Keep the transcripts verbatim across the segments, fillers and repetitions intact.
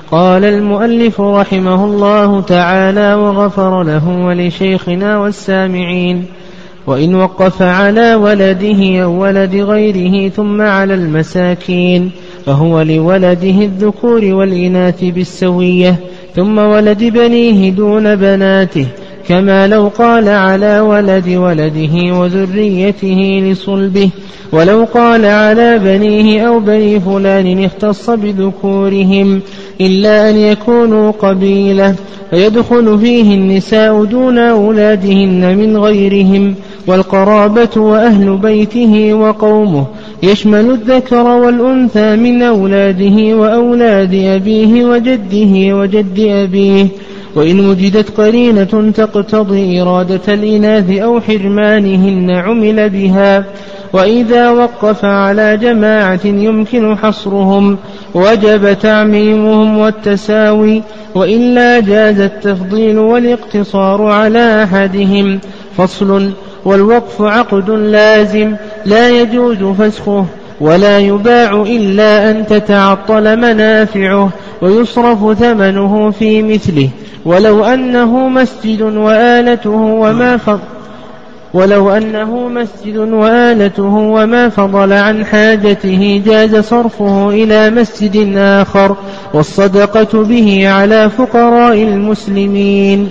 قال المؤلف رحمه الله تعالى وغفر له ولشيخنا والسامعين: وإن وقف على ولده أو ولد غيره ثم على المساكين فهو لولده الذكور والإناث بالسوية، ثم ولد بنيه دون بناته، كما لو قال على ولد ولده وذريته لصلبه، ولو قال على بنيه أو بني فلان اختص بذكورهم، إلا أن يكونوا قبيلة، فيدخل فيه النساء دون أولادهن من غيرهم، والقرابة وأهل بيته وقومه، يشمل الذكر والأنثى من أولاده وأولاد أبيه وجده وجد أبيه، وإن وجدت قرينة تقتضي إرادة الإناث أو حرمانهن عمل بها. وإذا وقف على جماعة يمكن حصرهم وجب تعميمهم والتساوي، وإلا جاز التفضيل والاقتصار على أحدهم. فصل: والوقف عقد لازم لا يجوز فسخه، ولا يباع إلا أن تتعطل منافعه ويصرف ثمنه في مثله، ولو أنه مسجد وآلته وما فضل ولو أنه مسجد وآلته وما فضل عن حاجته جاز صرفه إلى مسجد آخر، والصدقة به على فقراء المسلمين.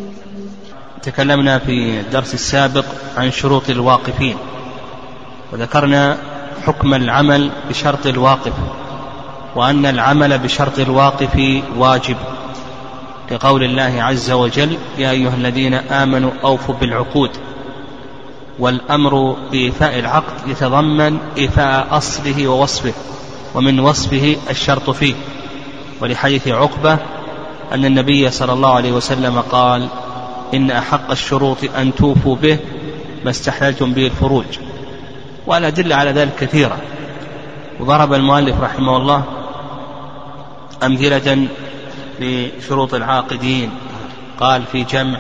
تكلمنا في الدرس السابق عن شروط الواقفين، وذكرنا حكم العمل بشرط الواقف، وأن العمل بشرط الواقف واجب، لقول الله عز وجل: يا أيها الذين آمنوا أوفوا بالعقود. والأمر بإيفاء العقد يتضمن إيفاء أصله ووصفه، ومن وصفه الشرط فيه، ولحديث عقبة أن النبي صلى الله عليه وسلم قال: إن أحق الشروط أن توفوا به ما استحللتم به الفروج. والأدلة على ذلك كثيرة، وضرب المؤلف رحمه الله أمثلة لشروط العاقدين، قال: في جمع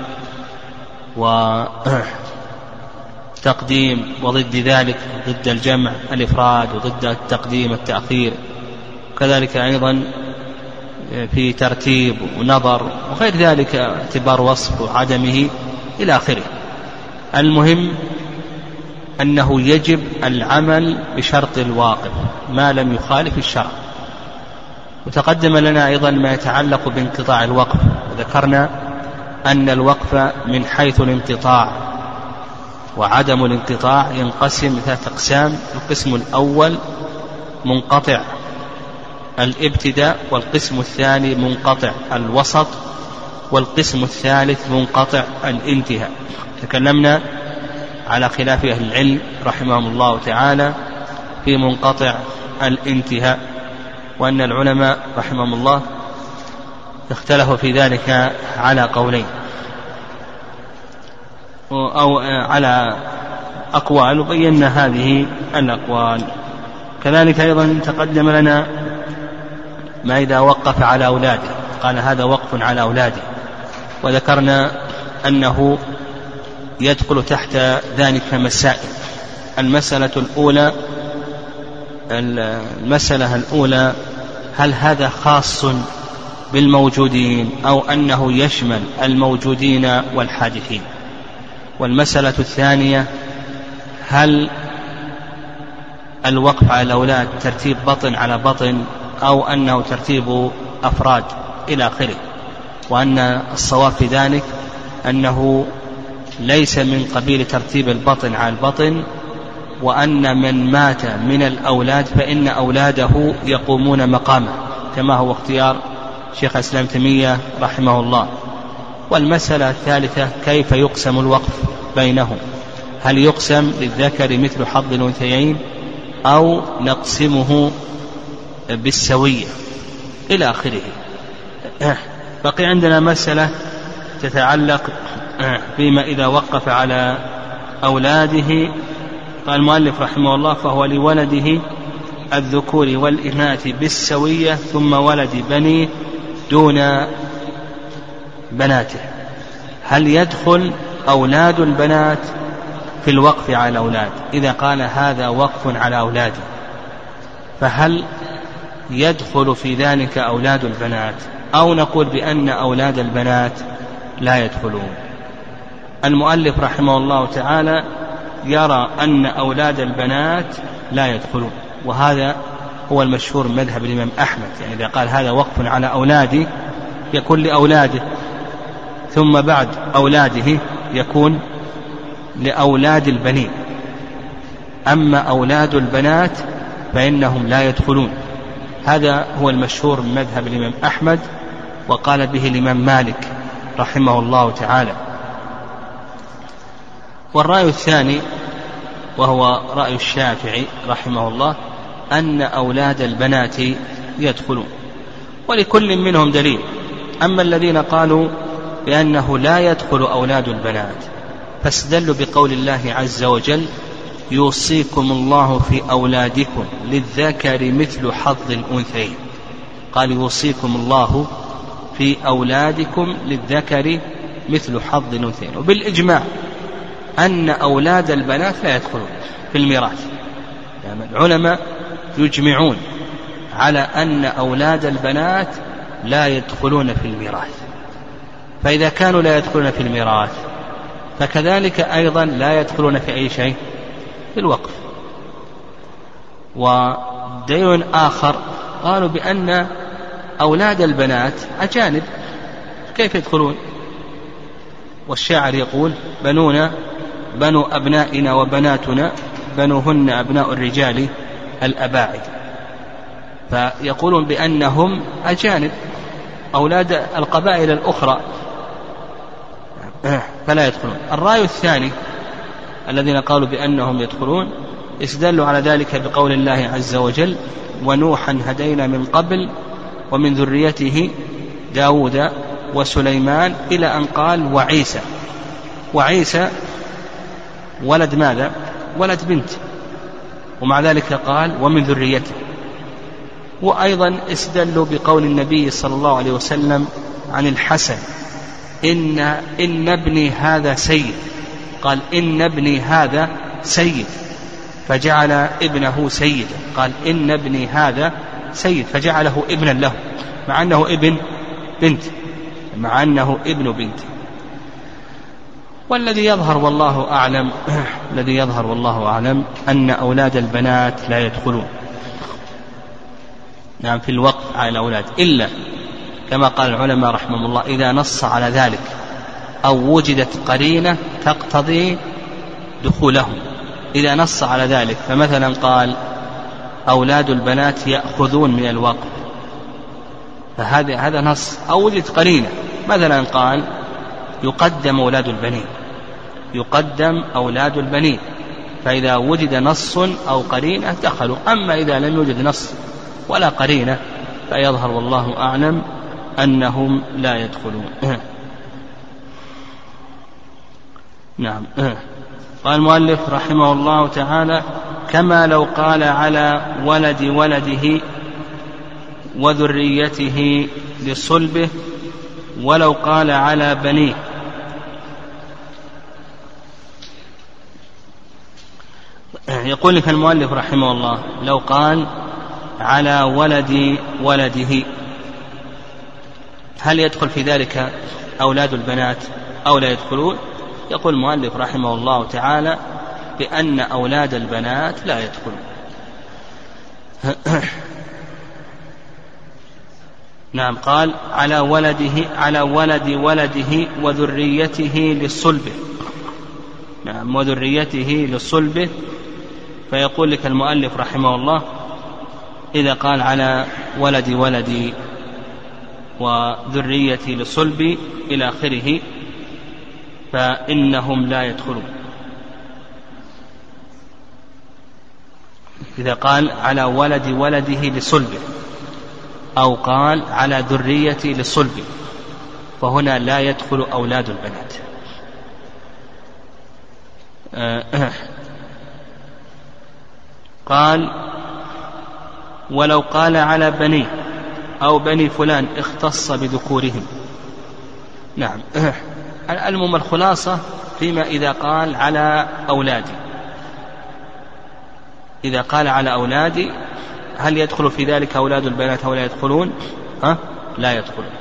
وتقديم، وضد ذلك ضد الجمع الإفراد، وضد التقديم التأخير، وكذلك أيضا في ترتيب ونظر وغير ذلك، اعتبار وصف وعدمه إلى آخره. المهم أنه يجب العمل بشرط الواقف ما لم يخالف الشرع. وتقدم لنا أيضا ما يتعلق بانقطاع الوقف، وذكرنا أن الوقف من حيث الانقطاع وعدم الانقطاع ينقسم ثلاثة أقسام. القسم الأول منقطع الابتداء، والقسم الثاني منقطع الوسط، والقسم الثالث منقطع الانتهاء. تكلمنا على خلاف أهل العلم رحمهم الله تعالى في منقطع الانتهاء، وأن العلماء رحمهم الله اختلفوا في ذلك على قولين أو على أقوال، وبينا هذه الأقوال. كذلك أيضا تقدم لنا ما إذا وقف على أولاده، قال هذا وقف على أولاده، وذكرنا أنه يدخل تحت ذلك مسائل. المسألة الأولى المسألة الأولى هل هذا خاص بالموجودين أو أنه يشمل الموجودين والحادثين؟ والمسألة الثانية هل الوقف على الأولاد ترتيب بطن على بطن أو أنه ترتيب أفراد إلى آخره، وأن الصواب في ذلك أنه ليس من قبيل ترتيب البطن على البطن، وأن من مات من الأولاد فإن أولاده يقومون مقامه، كما هو اختيار شيخ الإسلام تيمية رحمه الله. والمسألة الثالثة كيف يقسم الوقف بينهم، هل يقسم للذكر مثل حظ الأنثيين أو نقسمه بالسوية إلى آخره. بقي عندنا مسألة تتعلق بما إذا وقف على أولاده. قال المؤلف رحمه الله: فهو لولده الذكور والإناث بالسوية، ثم ولد بنيه دون بناته. هل يدخل أولاد البنات في الوقف على الأولاد؟ إذا قال هذا وقف على أولاده، فهل يدخل في ذلك أولاد البنات، أو نقول بأن أولاد البنات لا يدخلون. المؤلف رحمه الله تعالى يرى أن أولاد البنات لا يدخلون، وهذا هو المشهور من مذهب الإمام أحمد. يعني إذا قال هذا وقف على أولادي يكون لأولاده، ثم بعد أولاده يكون لأولاد البنين، أما أولاد البنات فإنهم لا يدخلون. هذا هو المشهور من مذهب الإمام أحمد، وقال به الإمام مالك رحمه الله تعالى. والرأي الثاني وهو رأي الشافعي رحمه الله أن أولاد البنات يدخلون، ولكل منهم دليل. أما الذين قالوا بأنه لا يدخل أولاد البنات فاستدلوا بقول الله عز وجل: يوصيكم الله في أولادكم للذكر مثل حظ الأنثيين. قال يوصيكم الله في أولادكم للذكر مثل حظ الأنثيين. وبالإجماع أن أولاد البنات لا يدخلون في الميراث، يعني العلماء يجمعون على أن أولاد البنات لا يدخلون في الميراث. فإذا كانوا لا يدخلون في الميراث فكذلك أيضا لا يدخلون في أي شيء، في الوقف. ودليل آخر قالوا بأن أولاد البنات أجانب، كيف يدخلون؟ والشاعر يقول: بنونا بنو أبنائنا وبناتنا بنوهن أبناء الرجال الأباعد. فيقولون بأنهم أجانب أولاد القبائل الأخرى فلا يدخلون. الرأي الثاني الذين قالوا بأنهم يدخلون استدلوا على ذلك بقول الله عز وجل: ونوحا هدينا من قبل ومن ذريته داود وسليمان، إلى أن قال: وعيسى. وعيسى ولد ماذا؟ ولد بنت، ومع ذلك قال: ومن ذريته. وأيضا استدلوا بقول النبي صلى الله عليه وسلم عن الحسن: إن, إن ابني هذا سيد. قال: إن ابني هذا سيد، فجعل ابنه سيدا. قال: إن ابني هذا سيد، فجعله ابنا له، مع أنه ابن بنت، مع أنه ابن بنت. والذي يظهر والله أعلم الذي يظهر والله أعلم أن أولاد البنات لا يدخلون، نعم، في الوقف على الأولاد، إلا كما قال العلماء رحمهم الله إذا نص على ذلك أو وجدت قرينة تقتضي دخولهم. إذا نص على ذلك، فمثلا قال: أولاد البنات يأخذون من الوقف، فهذا هذا نص. أو وجدت قرينة، مثلا قال: يقدم أولاد البنين، يقدم أولاد البنين، فإذا وجد نص أو قرينة دخلوا. أما إذا لم يوجد نص ولا قرينة فيظهر والله أعلم أنهم لا يدخلون. نعم. قال المؤلف رحمه الله تعالى: كما لو قال على ولد ولده وذريته لصلبه، ولو قال على بنيه. يقول لك المؤلف رحمه الله: لو قال على ولد ولده، هل يدخل في ذلك أولاد البنات أو لا يدخلون؟ يقول المؤلف رحمه الله تعالى بأن أولاد البنات لا يدخلون. نعم. قال: على ولده على ولد ولده وذريته لصلبه. نعم، وذريته لصلبه. فيقول لك المؤلف رحمه الله: إذا قال على ولد ولدي وذريتي لصلبي إلى آخره فإنهم لا يدخلون. إذا قال على ولد ولده لصلبه أو قال على ذريتي لصلبه فهنا لا يدخل أولاد البنات. قال: ولو قال على بني أو بني فلان اختص بذكورهم. نعم. المهم الخلاصة فيما إذا قال على أولادي، إذا قال على أولادي هل يدخل في ذلك أولاد البنات أو لا يدخلون؟ ها؟ لا يدخلون.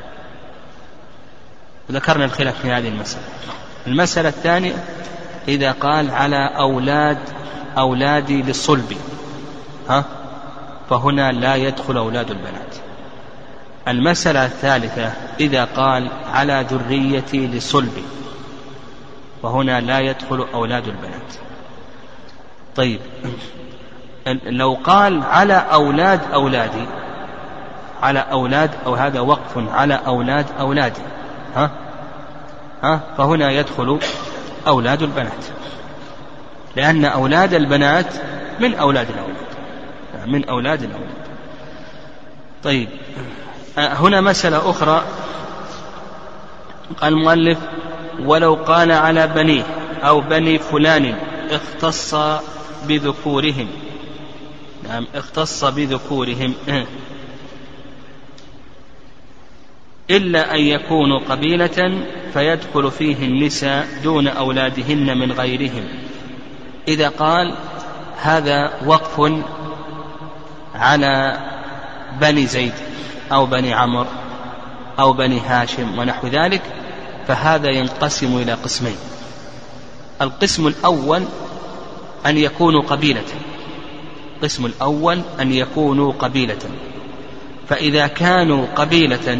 ذكرنا الخلاف في هذه المسألة. المسألة الثانية إذا قال على أولاد أولادي للصلب، ها؟ فهنا لا يدخل أولاد البنات. المسألة الثالثة إذا قال على ذريتي لصلبي، فهنا لا يدخل أولاد البنات. طيب لو قال على أولاد أولادي، على أولاد أو هذا وقف على أولاد أولادي، ها؟ ها؟ فهنا يدخل أولاد البنات، لأن أولاد البنات من أولاد الأولاد، من أولاد الأولاد. طيب هنا مسألة أخرى، قال المؤلف ولو قال على بنيه أو بني فلان اختص بذكورهم، نعم اختص بذكورهم إلا أن يكونوا قبيلة فيدخل فيه النساء دون أولادهن من غيرهم. إذا قال هذا وقف على بني زيد أو بني عمرو أو بني هاشم ونحو ذلك، فهذا ينقسم إلى قسمين. القسم الأول أن يكونوا قبيلة، القسم الأول أن يكونوا قبيلة، فإذا كانوا قبيلة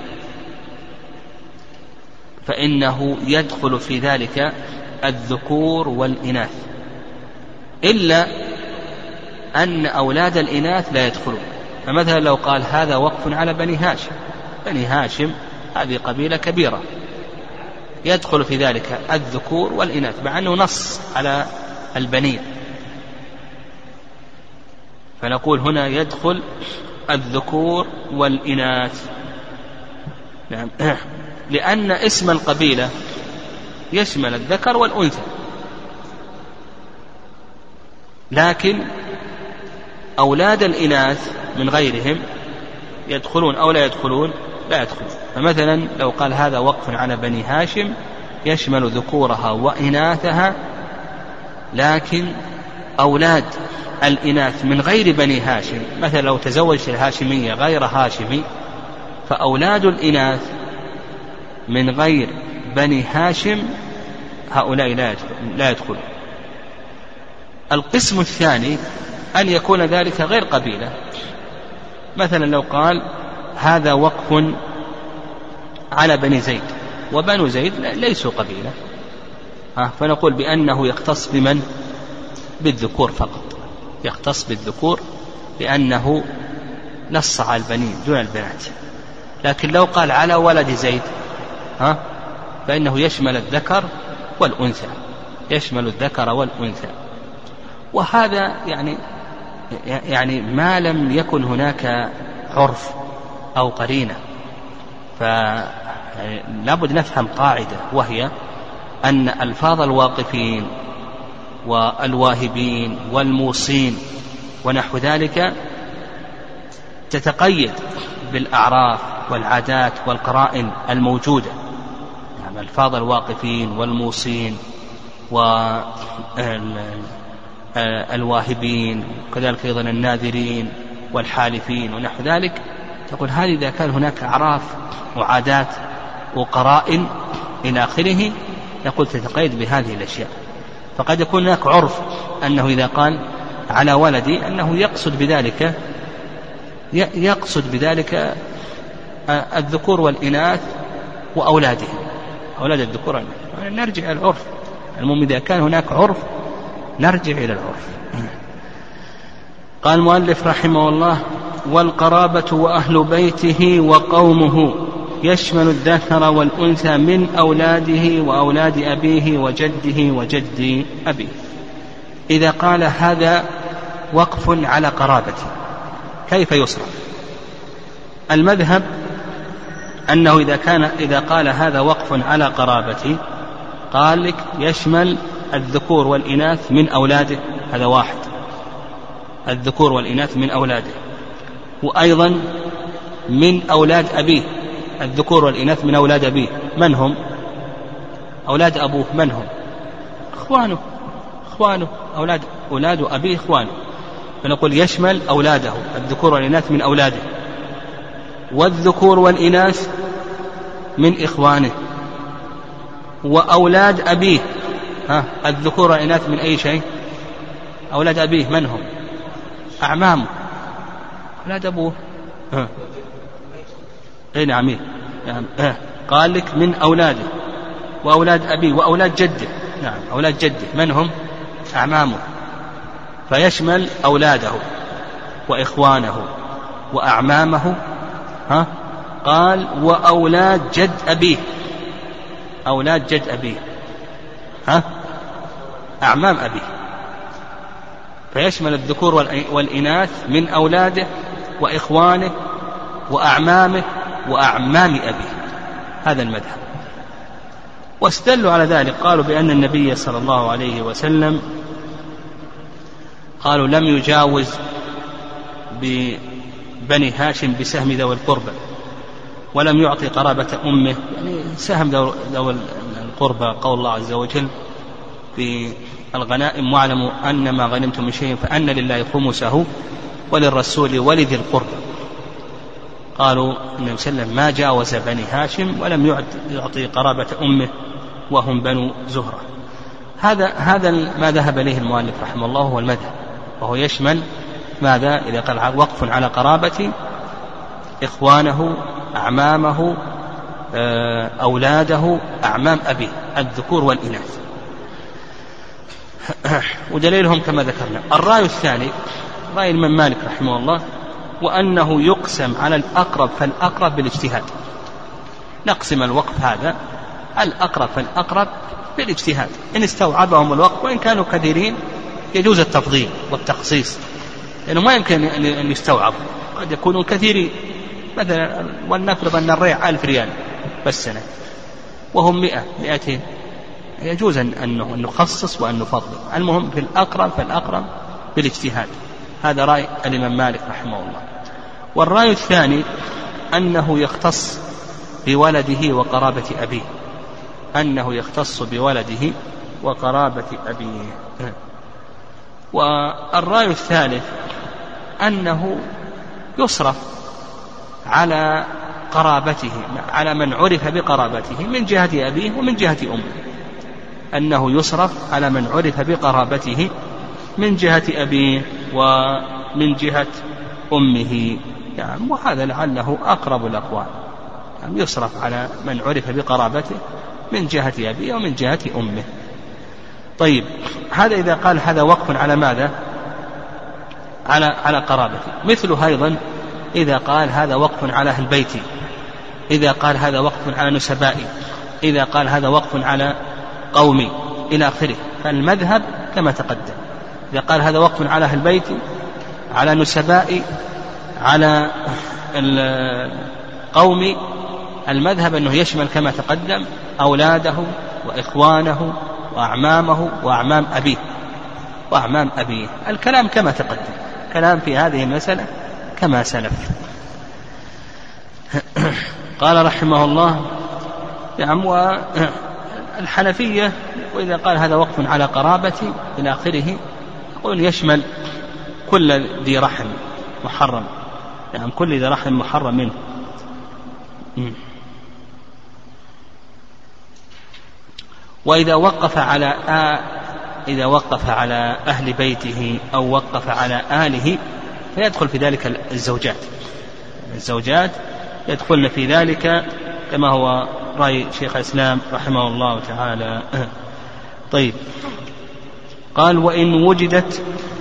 فإنه يدخل في ذلك الذكور والإناث، إلا أن أولاد الإناث لا يدخلون. فمثلا لو قال هذا وقف على بني هاشم، بني هاشم هذه قبيلة كبيرة، يدخل في ذلك الذكور والإناث مع أنه نص على البنين، فنقول هنا يدخل الذكور والإناث، نعم، لأن اسم القبيلة يشمل الذكر والأنثى، لكن أولاد الإناث من غيرهم يدخلون أو لا يدخلون؟ لا يدخلون. فمثلا لو قال هذا وقف على بني هاشم يشمل ذكورها وإناثها، لكن أولاد الإناث من غير بني هاشم، مثلا لو تزوجت الهاشمية غير هاشمي، فأولاد الإناث من غير بني هاشم هؤلاء لا يدخلون. القسم الثاني أن يكون ذلك غير قبيلة، مثلا لو قال هذا وقف على بني زيد وبنو زيد ليسوا قبيلة، فنقول بأنه يختص بمن؟ بالذكور فقط، يختص بالذكور لأنه نص على البنين دون البنات. لكن لو قال على ولد زيد ها فإنه يشمل الذكر والأنثى، يشمل الذكر والأنثى. وهذا يعني يعني ما لم يكن هناك عرف أو قرينة، فلابد نفهم قاعدة، وهي أن ألفاظ الواقفين والواهبين والموصين ونحو ذلك تتقيد بالأعراف والعادات والقرائن الموجودة، يعني ألفاظ الواقفين والموصين والواهبين وكذلك أيضا الناذرين والحالفين ونحو ذلك، تقول هذه إذا كان هناك أعراف وعادات وقرائن إلى آخره يقول تتقيد بهذه الأشياء. فقد يكون هناك عرف أنه إذا قال على ولدي أنه يقصد بذلك يقصد بذلك الذكور والإناث وأولادهم، أولاد الذكور والإناث. نرجع إلى العرف، المهم إذا كان هناك عرف نرجع إلى العرف. قال المؤلف رحمه الله والقرابة وأهل بيته وقومه يشمل الذكر والأنثى من أولاده وأولاد أبيه وجده وجد أبيه. إذا قال هذا وقف على قرابته كيف يصرف؟ المذهب أنه إذا كان إذا قال هذا وقف على قرابته قال لك يشمل الذكور والإناث من أولاده، هذا واحد، الذكور والإناث من أولاده، وأيضا من أولاد أبيه، الذكور والإناث من أولاد أبيه. من هم؟ أولاد أبوه من هم؟ إخوانه، إخوانه أولاد أولاد أبيه إخوانه. فنقول يشمل أولاده الذكور والإناث من أولاده، والذكور والإناث من إخوانه، وأولاد أبيه. ها الذكور والإناث من أي شيء؟ أولاد أبيه من هم؟ أعمامه، أولاد أبوه. ها أي نعم. يعني قال لك من أولاده وأولاد أبيه وأولاد جده. نعم أولاد جده من هم؟ أعمامه، فيشمل أولاده وإخوانه وأعمامه. ها قال وأولاد جد أبيه، أولاد جد أبيه ها أعمام أبيه، فيشمل الذكور والإناث من أولاده وإخوانه وأعمامه وأعمام أبيه. هذا المذهب. واستدلوا على ذلك قالوا بأن النبي صلى الله عليه وسلم قالوا لم يجاوز ببني هاشم بسهم ذوي القربى، ولم يعطي قرابة أمه، يعني سهم ذوي القربى قول الله عز وجل في الغنائم واعلموا أن ما غنمتم من شيء فأن لله خمسه وللرسول ولذي القربى. قالوا النبي صلى الله عليه وسلم ما جاوز بني هاشم ولم يعطي قرابة أمه وهم بنو زهرة. هذا هذا ما ذهب إليه المؤلف رحمه الله هو المذهب، وهو يشمل ماذا؟ إذا قال وقف على قرابة إخوانه أعمامه أولاده أعمام أبيه الذكور والإناث. ودليلهم كما ذكرنا. الرأي الثاني رأي الإمام مالك رحمه الله، وأنه يقسم على الأقرب فالأقرب بالاجتهاد. نقسم الوقف هذا الأقرب فالأقرب بالاجتهاد، إن استوعبهم الوقف وإن كانوا كثيرين يجوز التفضيل والتخصيص، لأنه ما يمكن أن يستوعبوا، قد يكونوا كثيرين. مثلا ولنفرض أن الريع ألف ريال بالسنة وهم مئة مئتين، يجوز أن نخصص وأن نفضل. المهم في الأقرب فالأقرب بالاجتهاد. هذا رأي الإمام مالك رحمه الله. والرأي الثاني أنه يختص بولده وقرابة أبيه، أنه يختص بولده وقرابة أبيه. والرأي الثالث أنه يصرف على قرابته، على من عرف بقرابته من جهة أبيه ومن جهة أمه، أنه يصرف على من عرف بقرابته من جهة أبيه ومن جهة أمه. يعني وهذا لعله أقرب الأقوال، يعني يصرف على من عرف بقرابته من جهة أبيه ومن جهة أمه. طيب هذا إذا قال هذا وقف على ماذا؟ على على قرابته. مثله أيضا إذا قال هذا وقف على أهل بيتي، إذا قال هذا وقف على نسبائي، إذا قال هذا وقف على قومي إلى آخره. فالمذهب كما تقدم، إذا قال هذا وقف على أهل بيتي على نسبائي على القوم، المذهب أنه يشمل كما تقدم أولاده وإخوانه وأعمامه وأعمام أبيه وأعمام أبيه. الكلام كما تقدم، كلام في هذه المسألة كما سلف. قال رحمه الله نعم. والحنفية وإذا قال هذا وقف على قرابتي إلى آخره يقول يشمل كل ذي رحم محرم، يعني كل ذي رحم محرم منه. وإذا وقف على آ إذا وقف على أهل بيته أو وقف على آله فيدخل في ذلك الزوجات، الزوجات يدخلن في ذلك كما هو رأي شيخ الإسلام رحمه الله تعالى. طيب قال وإن وجدت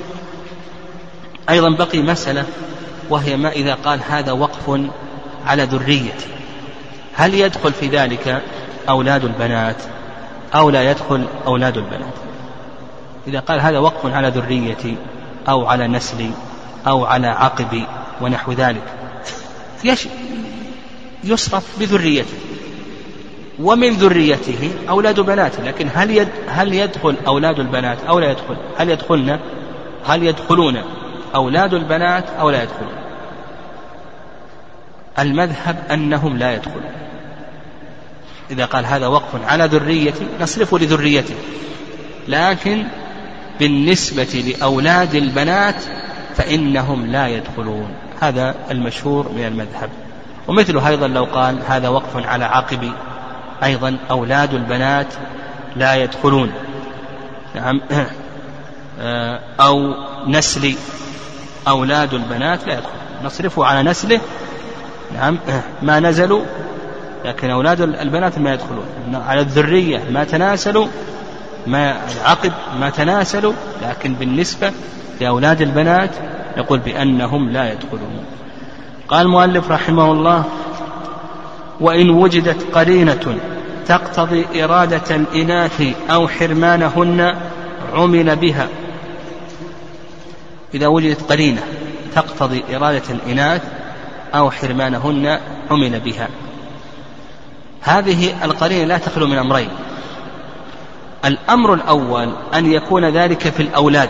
أيضا بقي مسألة، وهي ما إذا قال هذا وقف على ذريتي، هل يدخل في ذلك أولاد البنات أو لا يدخل أولاد البنات؟ إذا قال هذا وقف على ذريتي أو على نسلي أو على عقبي ونحو ذلك يصرف بذريته، ومن ذريته أولاد بناته، لكن هل يد هل يدخل أولاد البنات أو لا يدخل؟ هل يدخلون هل يدخلون أولاد البنات أو لا يدخلون؟ المذهب أنهم لا يدخلون. إذا قال هذا وقف على ذريتي نصرفه لذريته، لكن بالنسبة لأولاد البنات فإنهم لا يدخلون. هذا المشهور من المذهب. ومثله أيضا لو قال هذا وقف على عاقبي أيضا أولاد البنات لا يدخلون، نعم، أو نسلي أولاد البنات لا يدخلون، نصرفه على نسله، نعم، ما نزلوا، لكن أولاد البنات ما يدخلون. على الذرية ما تناسلوا، ما عقب ما تناسلوا، لكن بالنسبة لأولاد البنات يقول بأنهم لا يدخلون. قال المؤلف رحمه الله: وإن وجدت قرينة تقتضي إرادة الإناث أو حرمانهن عمل بها. إذا وجدت قرينة تقتضي إرادة الإناث أو حرمانهن عمل بها. هذه القرينة لا تخلو من أمرين: الأمر الأول أن يكون ذلك في الأولاد،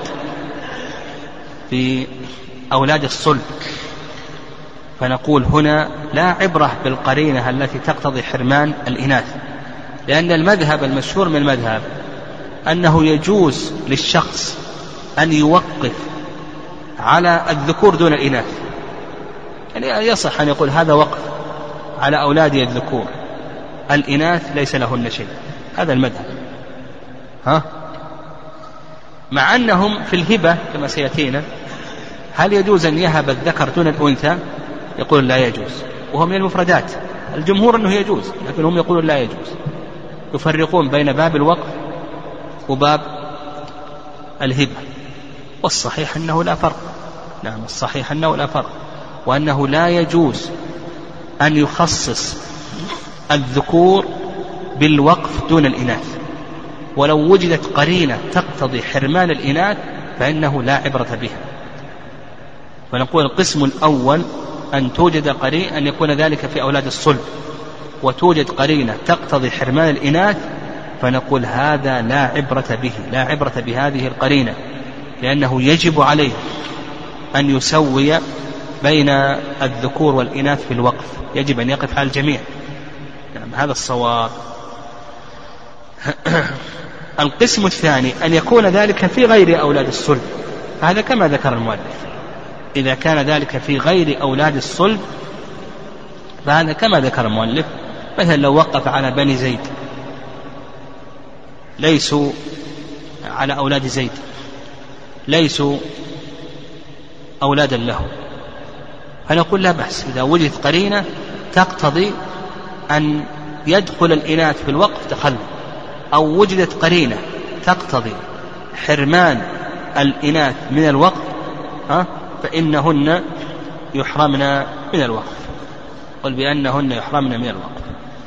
في أولاد الصلب، فنقول هنا لا عبرة بالقرينة التي تقتضي حرمان الإناث، لأن المذهب المشهور من المذهب أنه يجوز للشخص أن يوقف على الذكور دون الإناث، يعني يصح أن يقول هذا وقف على أولادي الذكور، الإناث ليس لهن شيء. هذا المذهب، ها؟ مع أنهم في الهبة كما سيأتينا هل يجوز أن يهب الذكر دون الأنثى؟ يقول لا يجوز، وهو من المفردات. الجمهور أنه يجوز، لكن هم يقولون لا يجوز. يفرقون بين باب الوقف وباب الهبة، والصحيح أنه لا فرق. نعم، الصحيح أنه لا فرق، وأنه لا يجوز أن يخصص الذكور بالوقف دون الإناث، ولو وجدت قرينة تقتضي حرمان الإناث فإنه لا عبرة بها. فنقول القسم الأول أن توجد قرينة، أن يكون ذلك في أولاد الصلب، وتوجد قرينة تقتضي حرمان الإناث، فنقول هذا لا عبرة به، لا عبرة بهذه القرينة، لأنه يجب عليه أن يسوي بين الذكور والإناث في الوقف، يجب أن يقف على الجميع. يعني هذا الصواب. القسم الثاني أن يكون ذلك في غير أولاد الصلب، هذا كما ذكر المؤلف. إذا كان ذلك في غير أولاد الصلب فهذا كما ذكر المؤلف. مثلا لو وقف على بني زيد ليسوا على أولاد زيد، ليسوا أولادا له، فنقول لا بأس إذا وجدت قرينة تقتضي أن يدخل الإناث في الوقف دخلوا، أو وجدت قرينة تقتضي حرمان الإناث من الوقف ها فإنهن يحرمن من الوقف. قل بأنهن يحرمن من الوقف.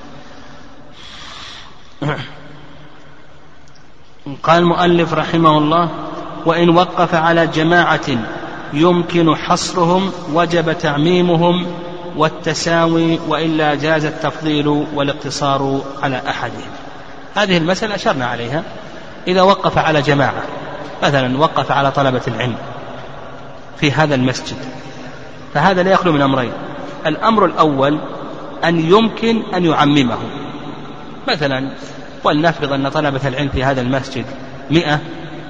قال المؤلف رحمه الله: وإن وقف على جماعة يمكن حصرهم وجب تعميمهم والتساوي، وإلا جاز التفضيل والاقتصار على أحدهم. هذه المسألة أشرنا عليها. إذا وقف على جماعة، مثلا وقف على طلبة العلم في هذا المسجد، فهذا لا يخلو من أمرين: الأمر الأول أن يمكن أن يعممهم، مثلا ولنفرض أن طلبة العلم في هذا المسجد مئة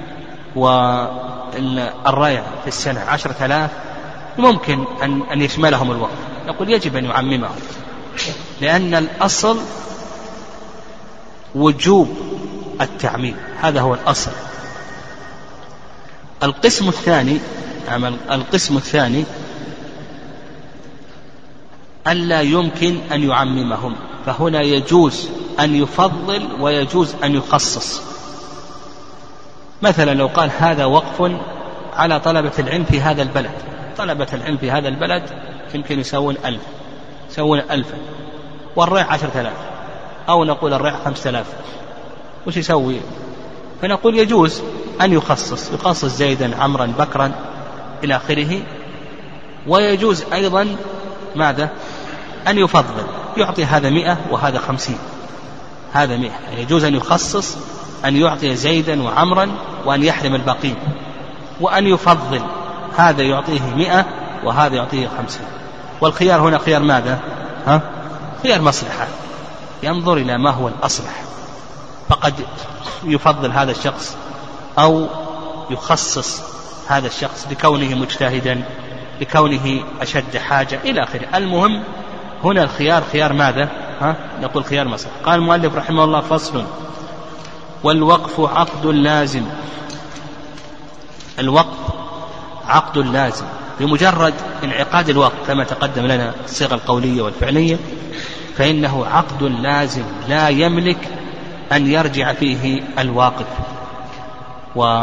والريع في السنة عشرة آلاف، ممكن أن أن يشملهم الوقف. نقول يجب أن يعممهم، لأن الأصل وجوب التعميم، هذا هو الأصل. القسم الثاني القسم الثاني ألا يمكن أن يعممهم، فهنا يجوز أن يفضل ويجوز أن يخصص. مثلا لو قال هذا وقف على طلبة العلم في هذا البلد، طلبة العلم في هذا البلد يمكن يسوون ألف يسوون ألفا والريع عشرة آلاف، أو نقول الريع خمسة آلاف، وش يسوي؟ فنقول يجوز أن يخصص يخصص زيدا عمرا بكرا إلى آخره. ويجوز أيضا ماذا؟ أن يفضل، يعطي هذا مئة وهذا خمسين، هذا مئة، يجوز أن يخصص أن يعطي زيدا وعمرا وأن يحرم الباقين، وأن يفضل هذا يعطيه مئة وهذا يعطيه خمسين. والخيار هنا خيار ماذا؟ ها؟ خيار مصلحة، ينظر إلى ما هو الأصلح، فقد يفضل هذا الشخص أو يخصص هذا الشخص لكونه مجتهدا، لكونه أشد حاجة إلى آخره. المهم هنا الخيار خيار ماذا؟ ها؟ نقول خيار مصلحة. قال المؤلف رحمه الله: فصل: والوقف عقد لازم. الوقف عقد لازم بمجرد انعقاد الوقف كما تقدم لنا الصيغة القولية والفعلية، فإنه عقد لازم لا يملك أن يرجع فيه الواقف. و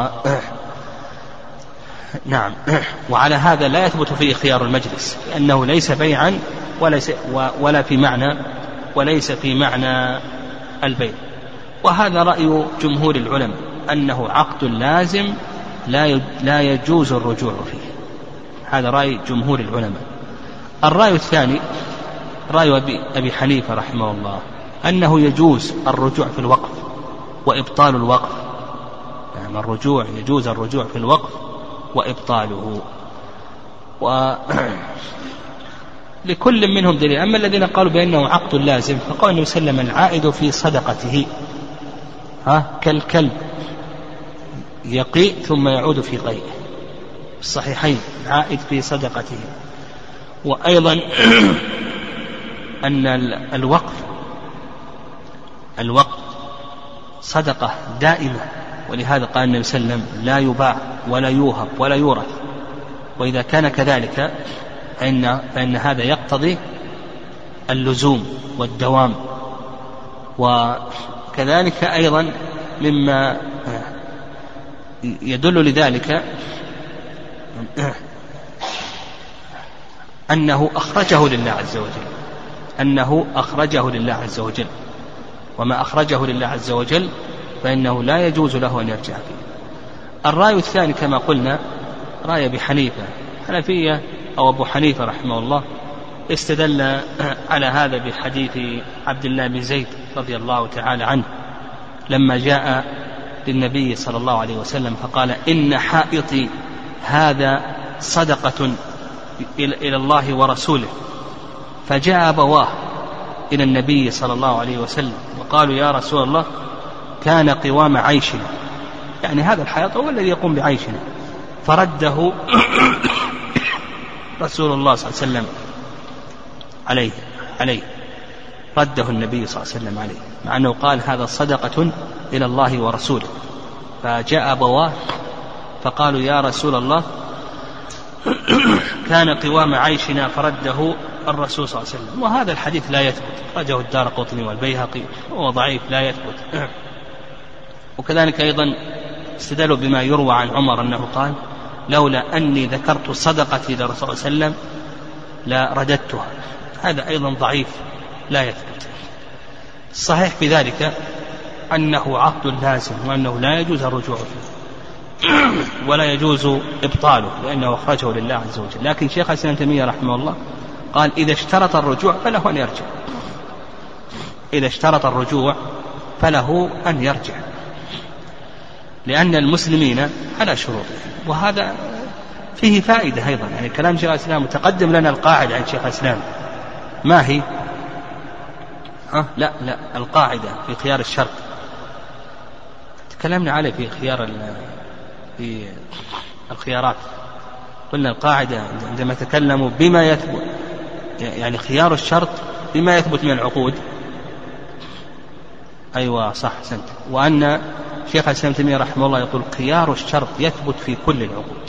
نعم وعلى هذا لا يثبت فيه خيار المجلس، لأنه ليس بيعا وليس ولا في معنى وليس في معنى البيع. وهذا رأي جمهور العلماء أنه عقد لازم لا يجوز الرجوع فيه. هذا رأي جمهور العلماء. الرأي الثاني رأي أبي حنيفة رحمه الله أنه يجوز الرجوع في الوقف وإبطال الوقف. يعني الرجوع يجوز الرجوع في الوقف وإبطاله، ولكل منهم دليل. أما الذين قالوا بأنه عقد لازم فقال النبي صلى الله عليه وسلم: العائد في صدقته ها كالكلب يقيء ثم يعود في قيئه. الصحيحين العائد في صدقته. وأيضا أن الوقف الوقف صدقة دائمة، ولهذا قال النبي صلى الله عليه وسلم: لا يباع ولا يوهب ولا يورث. وإذا كان كذلك فإن, فإن هذا يقتضي اللزوم والدوام. وكذلك أيضا مما يدل لذلك أنه أخرجه لله عز وجل أنه أخرجه لله عز وجل وما أخرجه لله عز وجل فإنه لا يجوز له أن يرجع فيه. الرأي الثاني كما قلنا رأي أبي حنيفة حنفية أو أبو حنيفة رحمه الله، استدل على هذا بحديث عبد الله بن زيد رضي الله تعالى عنه لما جاء للنبي صلى الله عليه وسلم فقال: إن حائطي هذا صدقة إلى الله ورسوله. فجاء أبواه إلى النبي صلى الله عليه وسلم وقالوا: يا رسول الله، كان قوام عيشنا، يعني هذا الحائط هو الذي يقوم بعيشنا. فرده رسول الله صلى الله عليه وسلم عليه عليه رده النبي صلى الله عليه وسلم عليه، مع أنه قال: هذا صدقة إلى الله ورسوله. فجاء أبواه فقالوا: يا رسول الله، كان قوام عيشنا. فرده الرسول صلى الله عليه وسلم. وهذا الحديث لا يثبت، رجه الدارقطني والبيهقي، هو ضعيف لا يثبت. وكذلك أيضا استدلوا بما يروى عن عمر أنه قال: لولا أني ذكرت صدقتي للرسول صلى الله عليه وسلم لا رددتها. هذا أيضا ضعيف لا يثبت. الصحيح في ذلك أنه عقد لازم وأنه لا يجوز الرجوع فيه ولا يجوز إبطاله لأنه أخرجه لله عز وجل. لكن شيخ الإسلام ابن تيمية رحمه الله قال: إذا اشترط الرجوع فله أن يرجع إذا اشترط الرجوع فله أن يرجع لأن المسلمين على شروط. وهذا فيه فائدة أيضا، يعني كلام شيخ الإسلام متقدم لنا القاعدة عن شيخ الإسلام. ما هي؟ أه لا لا القاعدة في خيار الشرط تكلمنا عليه في خيار في الخيارات. قلنا القاعدة عندما تكلموا بما يثبت، يعني خيار الشرط بما يثبت من العقود. أيوة صح سنت. وأن شيخ الإسلام ابن تيمية رحمه الله يقول: خيار الشرط يثبت في كل العقود.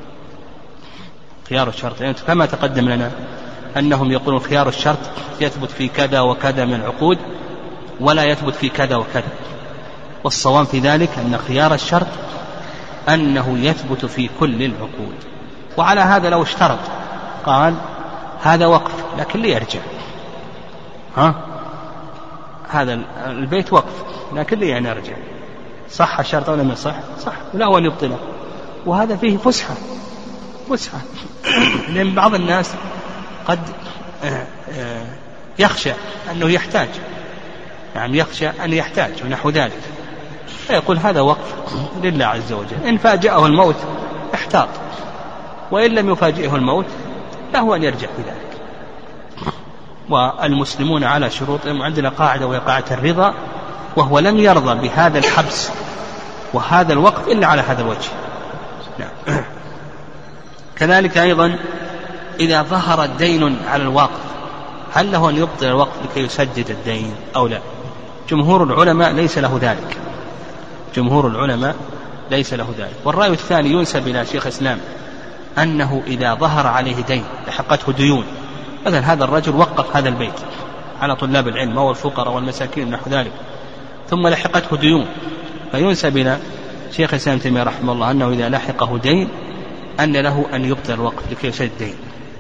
خيار الشرط يعني كما تقدم لنا أنهم يقولون خيار الشرط يثبت في كذا وكذا من العقود ولا يثبت في كذا وكذا. والصواب في ذلك أن خيار الشرط أنه يثبت في كل العقود. وعلى هذا لو اشترط قال: هذا وقف لكن لي يرجع، ها هذا البيت وقف لكن لي يعني أرجع، صح الشرط ولا ما صح؟ صح، ولا أن يبطله. وهذا فيه فسحة فسحة لأن بعض الناس قد يخشى أنه يحتاج، يعني يخشى أن يحتاج ونحو ذلك، فيقول هذا وقف لله عز وجل. إن فاجأه الموت احتاط، وإن لم يفاجئه الموت له أن يرجع في ذلك. والمسلمون على شروطهم. عندنا قاعدة وهي قاعدة الرضا، وهو لم يرضى بهذا الحبس وهذا الوقف إلا على هذا الوجه. نعم. كذلك أيضا إذا ظهر دين على الواقف هل له أن يبطل الوقف لكي يسدد الدين أو لا؟ جمهور العلماء ليس له ذلك، جمهور العلماء ليس له ذلك. والرأي الثاني ينسب إلى شيخ إسلام أنه إذا ظهر عليه دين لحقته ديون، مثلا هذا الرجل وقف هذا البيت على طلاب العلم أو الفقراء والمساكين نحو ذلك، ثم لحقته ديون، فينسب إلى شيخ الإسلام تيمية رحمه الله أنه إذا لحقه دين أن له أن يبطل الوقف لكي يسدد الدين.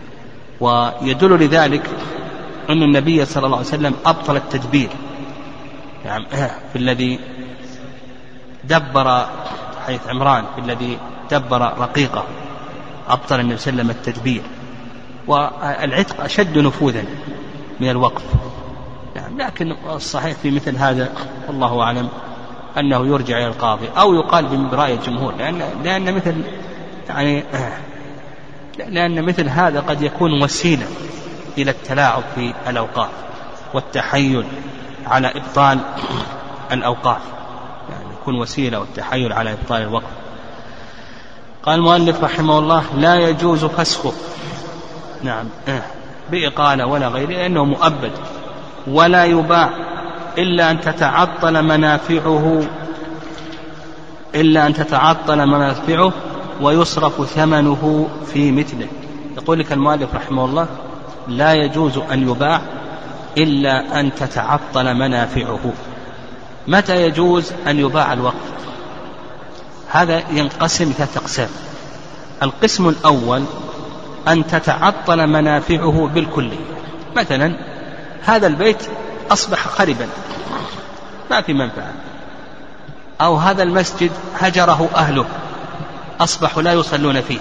ويدل لذلك أن النبي صلى الله عليه وسلم أبطل التدبير، يعني في الذي دبر حيث عمران في الذي دبر رقيقه أبطل النبي صلى الله عليه وسلم التدبير. والعتق أشد نفوذا من الوقف، يعني لكن الصحيح في مثل هذا والله أعلم أنه يرجع إلى القاضي أو يقال برأي الجمهور، لأن, لأن مثل يعني لأن مثل هذا قد يكون وسيلة إلى التلاعب في الأوقاف والتحيل على إبطال الأوقاف، يعني يكون وسيلة والتحيل على إبطال الوقف. قال المؤلف رحمه الله لا يجوز فسخه، نعم بإقالة ولا غيره لأنه مؤبد، ولا يباع إلا أن تتعطل منافعه إلا أن تتعطل منافعه ويصرف ثمنه في مثله. يقول لك المؤلف رحمه الله لا يجوز أن يباع إلا أن تتعطل منافعه. متى يجوز أن يباع الوقف؟ هذا ينقسم ثلاث أقسام. القسم الأول أن تتعطل منافعه بالكلية، مثلا هذا البيت أصبح خربا ما في منفعة، أو هذا المسجد هجره أهله أصبحوا لا يصلون فيه،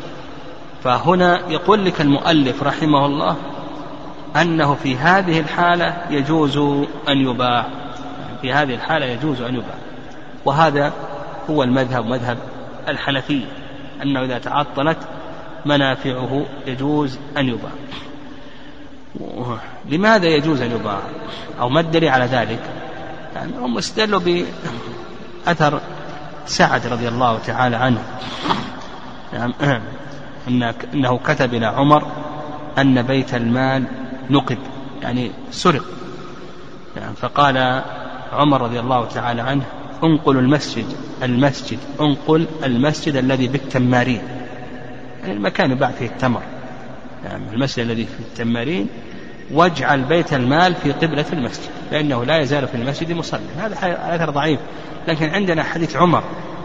فهنا يقول لك المؤلف رحمه الله أنه في هذه الحالة يجوز أن يباع، في هذه الحالة يجوز أن يباع. وهذا هو المذهب مذهب الحنفية أنه إذا تعطلت منافعه يجوز أن يباع. لماذا يجوز أن يباع أو ما الدليل على ذلك؟ يعني هم استدلوا بأثر سعد رضي الله تعالى عنه، يعني أنه كتب إلى عمر أن بيت المال نقب يعني سرق، يعني فقال عمر رضي الله تعالى عنه انقل المسجد المسجد انقل المسجد الذي بالتمارين، يعني المكان يباع فيه التمر، يعني المسجد الذي في التمارين، واجعل بيت المال في قبلة المسجد لأنه لا يزال في المسجد مصلى. هذا أثر ضعيف، لكن عندنا حديث عمر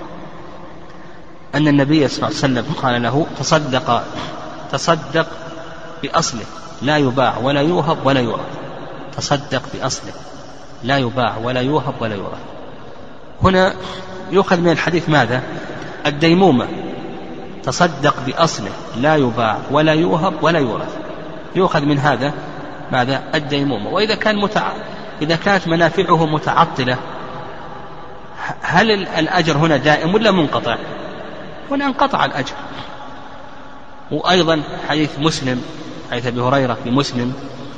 أن النبي صلى الله عليه وسلم قال له تصدق تصدق بأصله لا يباع ولا يوهب ولا يورث، تصدق بأصله لا يباع ولا يوهب ولا يورث. هنا يؤخذ من الحديث ماذا؟ الديمومة، تصدق بأصله لا يباع ولا يوهب ولا يورث، يؤخذ من هذا ماذا؟ الديمومة. وإذا كان متع... إذا كانت منافعه متعطلة هل الأجر هنا دائم ولا منقطع؟ هنا انقطع الأجر. وأيضا حديث مسلم حديث أبي هريرة في مسلم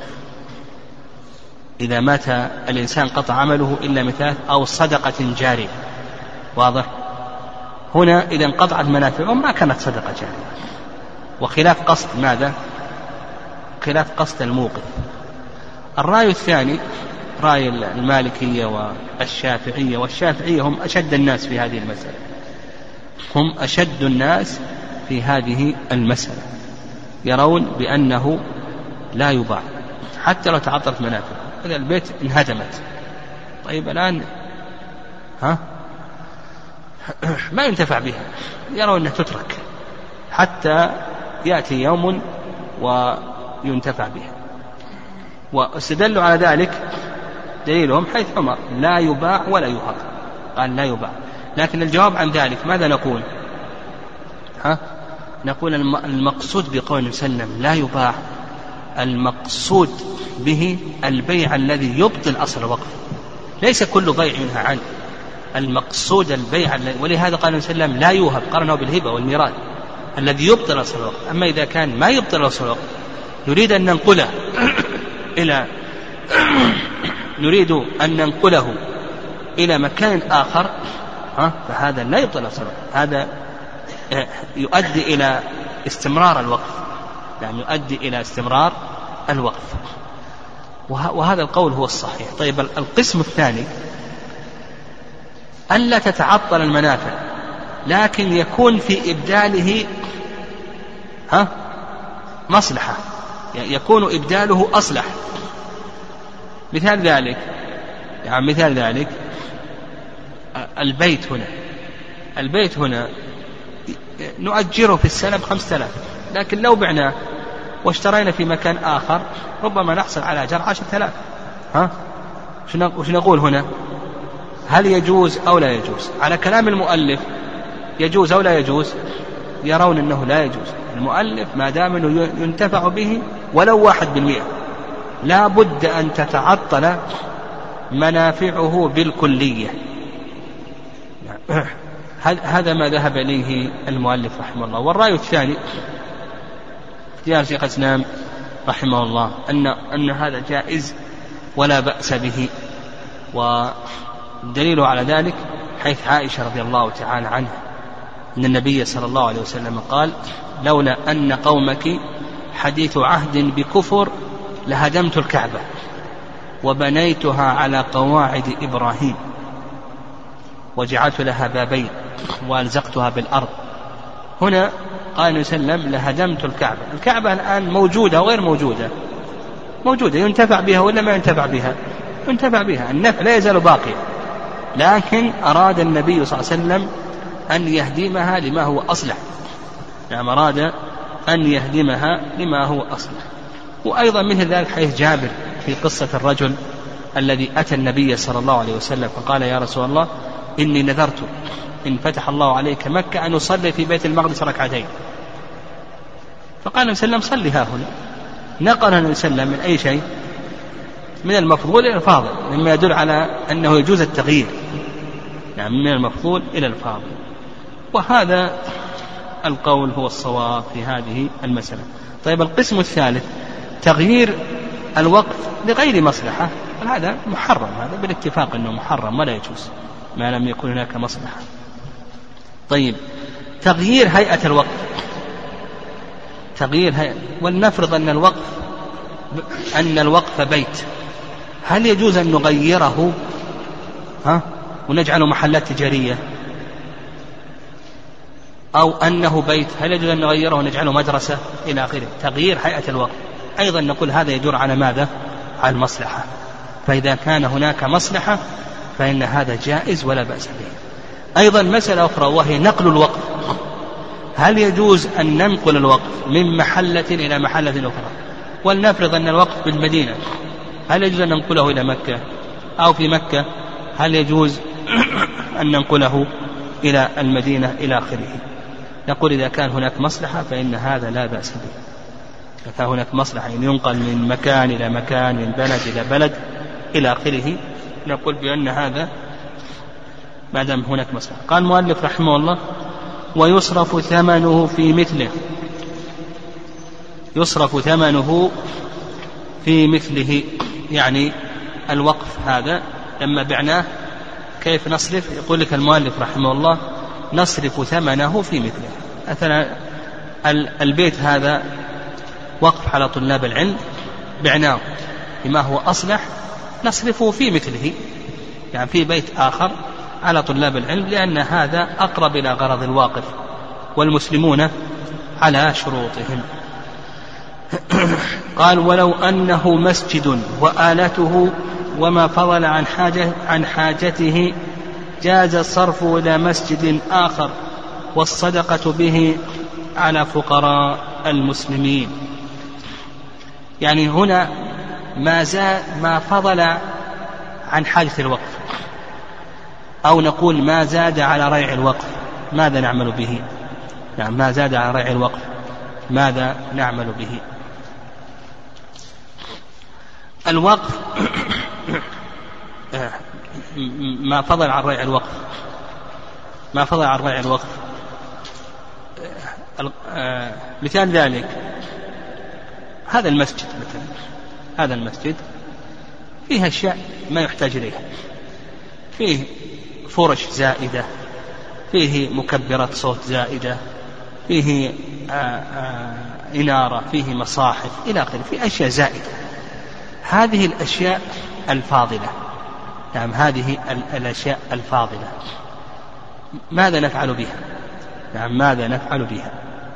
إذا مات الإنسان قطع عمله إلا مثال أو صدقة جارية، واضح؟ هنا إذا انقطعت منافعه ما كانت صدقة جارية، وخلاف قصد ماذا؟ خلاف قصد الموقف. الرأي الثاني رأي المالكية والشافعية، والشافعية هم أشد الناس في هذه المسألة، هم أشد الناس في هذه المسألة، يرون بأنه لا يباع حتى لو تعطلت منافعه. هذا البيت انهدمت، طيب الآن ها ما ينتفع بها، يرون أنها تترك حتى يأتي يوم وينتفع بها. واستدلوا على ذلك دليلهم حيث عمر لا يباع ولا يوهب، قال لا يباع. لكن الجواب عن ذلك ماذا نقول؟ ها نقول المقصود بقول وسلم لا يباع، المقصود به البيع الذي يبطل أصل الوقف، ليس كل بيع ينهى عنه، المقصود البيع الذي، ولهذا قال وسلم لا يوهب، قرنه بالهبة والميراث الذي يبطل أصل الوقف. أما إذا كان ما يبطل أصل الوقف نريد أن ننقله إلى نريد أن ننقله إلى مكان آخر ها فهذا لا يبطل أصل الوقف، هذا يؤدي إلى استمرار الوقف، يعني يؤدي إلى استمرار الوقف، وهذا القول هو الصحيح. طيب القسم الثاني ألا تتعطل المنافع لكن يكون في إبداله ها مصلحة، يكون إبداله أصلح. مثال ذلك يعني مثال ذلك البيت هنا البيت هنا نؤجره في السنة بخمسة آلاف، لكن لو بعناه واشترينا في مكان آخر ربما نحصل على أجر عشرة آلاف. ها وش نقول هنا؟ هل يجوز أو لا يجوز؟ على كلام المؤلف يجوز أو لا يجوز؟ يرون أنه لا يجوز. المؤلف ما دام أنه ينتفع به ولو واحد بالمئة لا بد أن تتعطل منافعه بالكلية. هذا ما ذهب إليه المؤلف رحمه الله. والرأي الثاني اختيار شيخ الإسلام رحمه الله أن, أن هذا جائز ولا بأس به، والدليل على ذلك حيث عائشة رضي الله تعالى عنها أن النبي صلى الله عليه وسلم قال: لولا أن قومك حديث عهد بكفر لهدمت الكعبة وبنيتها على قواعد إبراهيم وجعلت لها بابين وألزقتها بالأرض. هنا قال النبي صلى الله عليه وسلم: لهدمت الكعبة. الكعبة الآن موجودة وغير موجودة؟ موجودة، ينتفع بها ولا ما ينتفع بها؟ ينتفع بها، النفع لا يزال باقيا، لكن أراد النبي صلى الله عليه وسلم أن يهدمها لما هو أصلح. نعم، أراد أن يهدمها لما هو أصلح. وأيضا مثل ذلك حيث جابر في قصة الرجل الذي أتى النبي صلى الله عليه وسلم فقال: يا رسول الله إني نذرت إن فتح الله عليك مكة أن أصلي في بيت المقدس ركعتين. فقال النبي صلى الله عليه وسلم: صلي ها هنا. نقل النبي صلى الله عليه وسلم من أي شيء؟ من المفضول إلى الفاضل، مما يدل على أنه يجوز التغيير. نعم، من المفضول إلى الفاضل. وهذا القول هو الصواب في هذه المسألة. طيب القسم الثالث تغيير الوقف لغير مصلحة، هذا محرم، هذا بالاتفاق أنه محرم ولا يجوز ما لم يكن هناك مصلحة. طيب تغيير هيئة الوقف، تغيير هيئة، ولنفرض أن الوقف أن الوقف بيت، هل يجوز أن نغيره ها ونجعله محلات تجارية؟ أو أنه بيت، هل يجوز أن نغيره ونجعله مدرسة إلى آخره؟ تغيير هيئة الوقف أيضا نقول هذا يدور على ماذا؟ على المصلحة. فإذا كان هناك مصلحة فإن هذا جائز ولا بأس به. أيضا مسألة أخرى وهي نقل الوقف، هل يجوز أن ننقل الوقف من محلة إلى محلة أخرى؟ ولنفرض أن الوقف بالمدينة، هل يجوز أن ننقله إلى مكة؟ أو في مكة هل يجوز أن ننقله إلى المدينة إلى آخره؟ نقول إذا كان هناك مصلحة فإن هذا لا بأس به. إذا كان هناك مصلحة أن ينقل من مكان إلى مكان، من بلد إلى بلد إلى آخره، نقول بأن هذا ما دام هناك مصلحة. قال المؤلف رحمه الله: ويصرف ثمنه في مثله، يصرف ثمنه في مثله، يعني الوقف هذا لما بعناه كيف نصرف؟ يقول لك المؤلف رحمه الله: نصرف ثمنه في مثله. مثلا البيت هذا وقف على طلاب العلم، بعناه بما هو أصلح، نصرفه في مثله، يعني في بيت آخر على طلاب العلم، لأن هذا أقرب إلى غرض الواقف، والمسلمون على شروطهم. قال: ولو أنه مسجد وآلته وما فضل عن حاجة عن حاجته جاز الصرف إلى مسجد آخر والصدقة به على فقراء المسلمين. يعني هنا ما زاد ما فضل عن حاجة الوقف، أو نقول ما زاد على ريع الوقف، ماذا نعمل به؟ يعني ما زاد على ريع الوقف ماذا نعمل به؟ الوقف ما فضل عن ريع الوقف، ما فضل عن ريع الوقف مثال ذلك هذا المسجد، مثلا هذا المسجد فيه أشياء ما يحتاج إليها، فيه فرش زائدة، فيه مكبرات صوت زائدة، فيه إنارة، فيه مصاحف إلى آخره، في أشياء زائدة. هذه الأشياء الفاضلة، نعم هذه الأشياء الفاضلة ماذا نفعل بها؟ نعم ماذا نفعل بها؟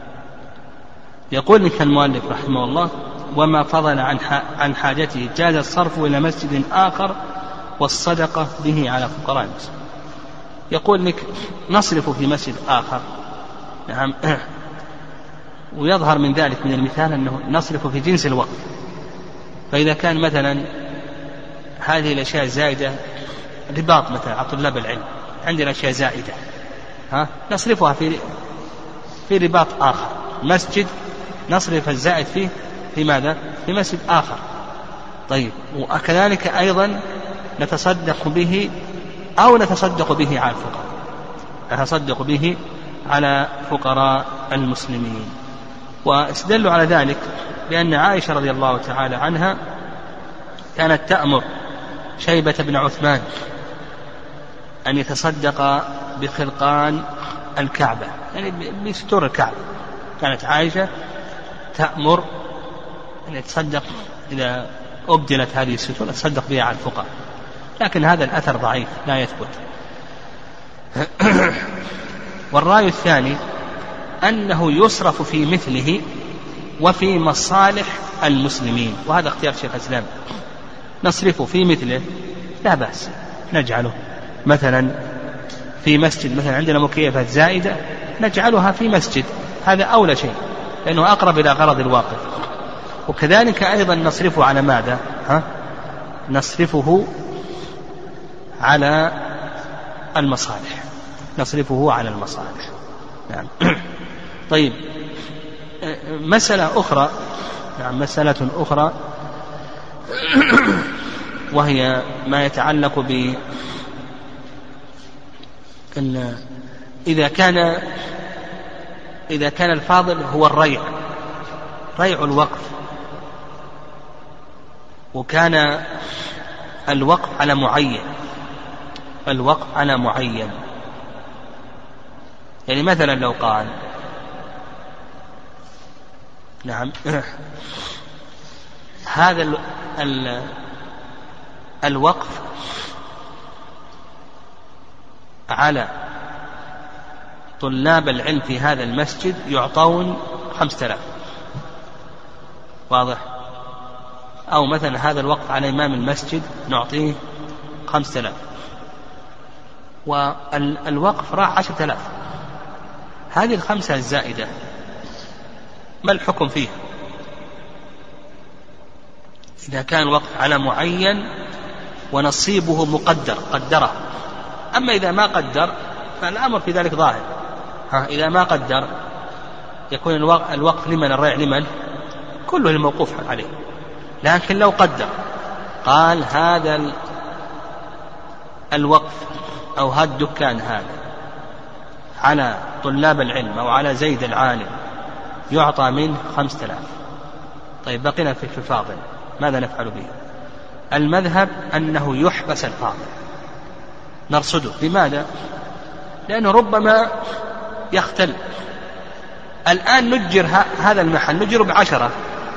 يقول لك المؤلف رحمه الله: وما فضل عن حاجته جاز الصرف إلى مسجد آخر والصدقة به على فقراء المسلمين. يقول لك نصرف في مسجد آخر، نعم، ويظهر من ذلك من المثال أنه نصرف في جنس الوقت. فإذا كان مثلا هذه الأشياء الزائدة، رباط مثلا على طلاب العلم، عندنا أشياء زائدة، ها نصرفها في في رباط آخر، مسجد نصرف الزائد فيه في ماذا؟ في مسجد آخر. طيب، وكذلك أيضا نتصدق به أو نتصدق به على الفقراء، نتصدق به على فقراء المسلمين. واستدلوا على ذلك بأن عائشة رضي الله تعالى عنها كانت تأمر شيبة بن عثمان أن يتصدق بخرقان الكعبة، يعني بستور الكعبة. كانت عائشة تأمر أن يتصدق إذا أبدلت هذه الستور يتصدق بها على الفقراء، لكن هذا الأثر ضعيف لا يثبت. والرأي الثاني أنه يصرف في مثله وفي مصالح المسلمين، وهذا اختيار شيخ الإسلام. نصرفه في مثله لا بأس، نجعله مثلا في مسجد، مثلا عندنا مكيفات زائدة نجعلها في مسجد، هذا أولى شيء لأنه أقرب إلى غرض الواقف. وكذلك أيضا نصرفه على ماذا؟ ها؟ نصرفه على المصالح، نصرفه على المصالح. نعم. طيب، مسألة أخرى، نعم مسألة أخرى وهي ما يتعلق ب إن إذا كان إذا كان الفاضل هو الريع، ريع الوقف، وكان الوقف على معين، الوقف على معين. يعني مثلا لو قال نعم هذا ال ال الوقف على طلاب العلم في هذا المسجد يعطون خمسة آلاف، واضح؟ أو مثلا هذا الوقف على إمام المسجد نعطيه خمسة آلاف، والوقف راح عشرة آلاف. هذه الخمسة الزائدة ما الحكم فيه؟ إذا كان الوقف على معين ونصيبه مقدر قدره. أما إذا ما قدر فالأمر في ذلك ظاهر. ها إذا ما قدر يكون الوقف لمن؟ الريع لمن؟ كله الموقوف عليه. لكن لو قدر قال هذا الوقف أو هذا الدكان هذا على طلاب العلم أو على زيد العالم يعطى منه خمسة آلاف. طيب، بقينا في الفاضل، ماذا نفعل به؟ المذهب أنه يحبس الفاضل، نرصده. لماذا؟ لأنه ربما يختل. الآن نجر هذا المحل نجره بعشرة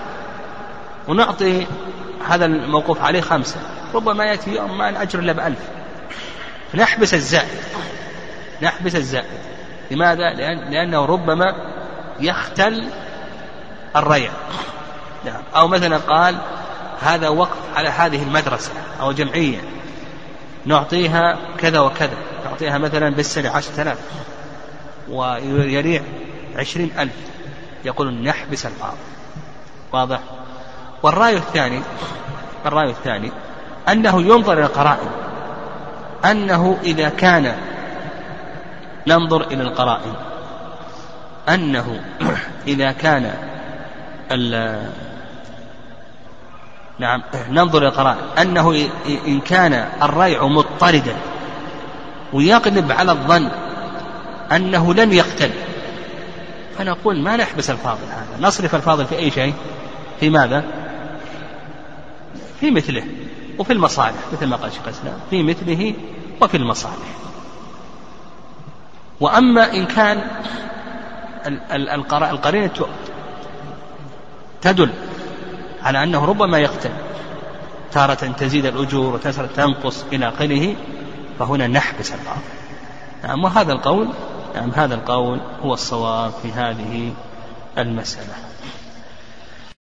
ونعطي هذا الموقوف عليه خمسة، ربما يأتي يوم ما نأجر إلا بألف، نحبس الزائد، نحبس الزائد. لماذا؟ لأن لأنه ربما يختل الريع. نعم. أو مثلا قال هذا وقف على هذه المدرسة أو جمعية نعطيها كذا وكذا، نعطيها مثلا بالسنة عشرة آلاف ويريع عشرين ألف، يقول نحبس الفاضل، واضح؟ والرأي الثاني، الرأي الثاني أنه ينظر إلى القرائن، أنه إذا كان ننظر إلى القرائن أنه إذا كان نعم ننظر إلى القرائن أنه إن كان الريع مضطردا ويغلب على الظن أنه لن يقتل، فنقول ما نحبس الفاضل هذا، نصرف الفاضل في أي شيء، في ماذا؟ في مثله وفي المصالح، مثل ما قال شيخ الإسلام، في مثله وفي المصالح. وأما إن كان القرينة تدل على أنه ربما يقتل، تارة تزيد الأجور وتارة تنقص إلى آخره، فهنا نحبس القاضي. نعم، وهذا القول نعم هذا القول هو الصواب في هذه المسألة.